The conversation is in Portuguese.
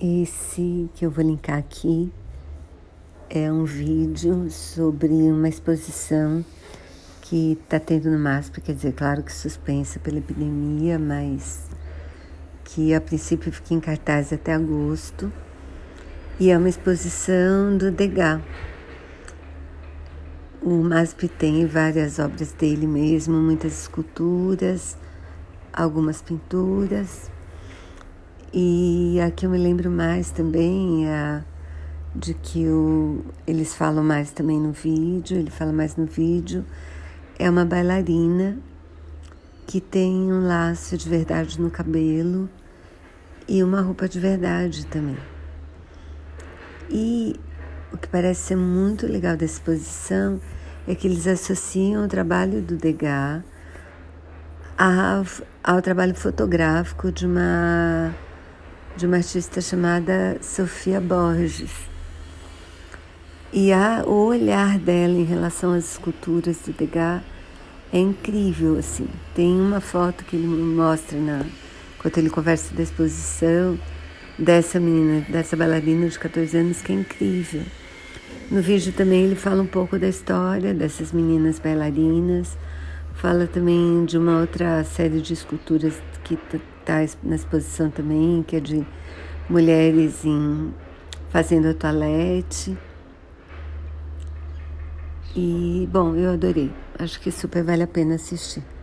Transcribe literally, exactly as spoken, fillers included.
Esse que eu vou linkar aqui é um vídeo sobre uma exposição que está tendo no MASP, quer dizer, claro que suspensa pela epidemia, mas que a princípio fica em cartaz até agosto, e é uma exposição do Degas. O MASP tem várias obras dele mesmo, muitas esculturas, algumas pinturas. E a que eu me lembro mais também é a de que o, eles falam mais também no vídeo, ele fala mais no vídeo, é uma bailarina que tem um laço de verdade no cabelo e uma roupa de verdade também. E o que parece ser muito legal dessa exposição é que eles associam o trabalho do Degas ao, ao trabalho fotográfico de uma de uma artista chamada Sofia Borges. E a, o olhar dela em relação às esculturas do Degas é incrível, assim. Tem uma foto que ele mostra na, enquanto ele conversa da exposição dessa menina, dessa bailarina de catorze anos, que é incrível. No vídeo também ele fala um pouco da história dessas meninas bailarinas, fala também de uma outra série de esculturas que está na exposição também, que é de mulheres em, fazendo a toalete. E, bom, eu adorei. Acho que super vale a pena assistir.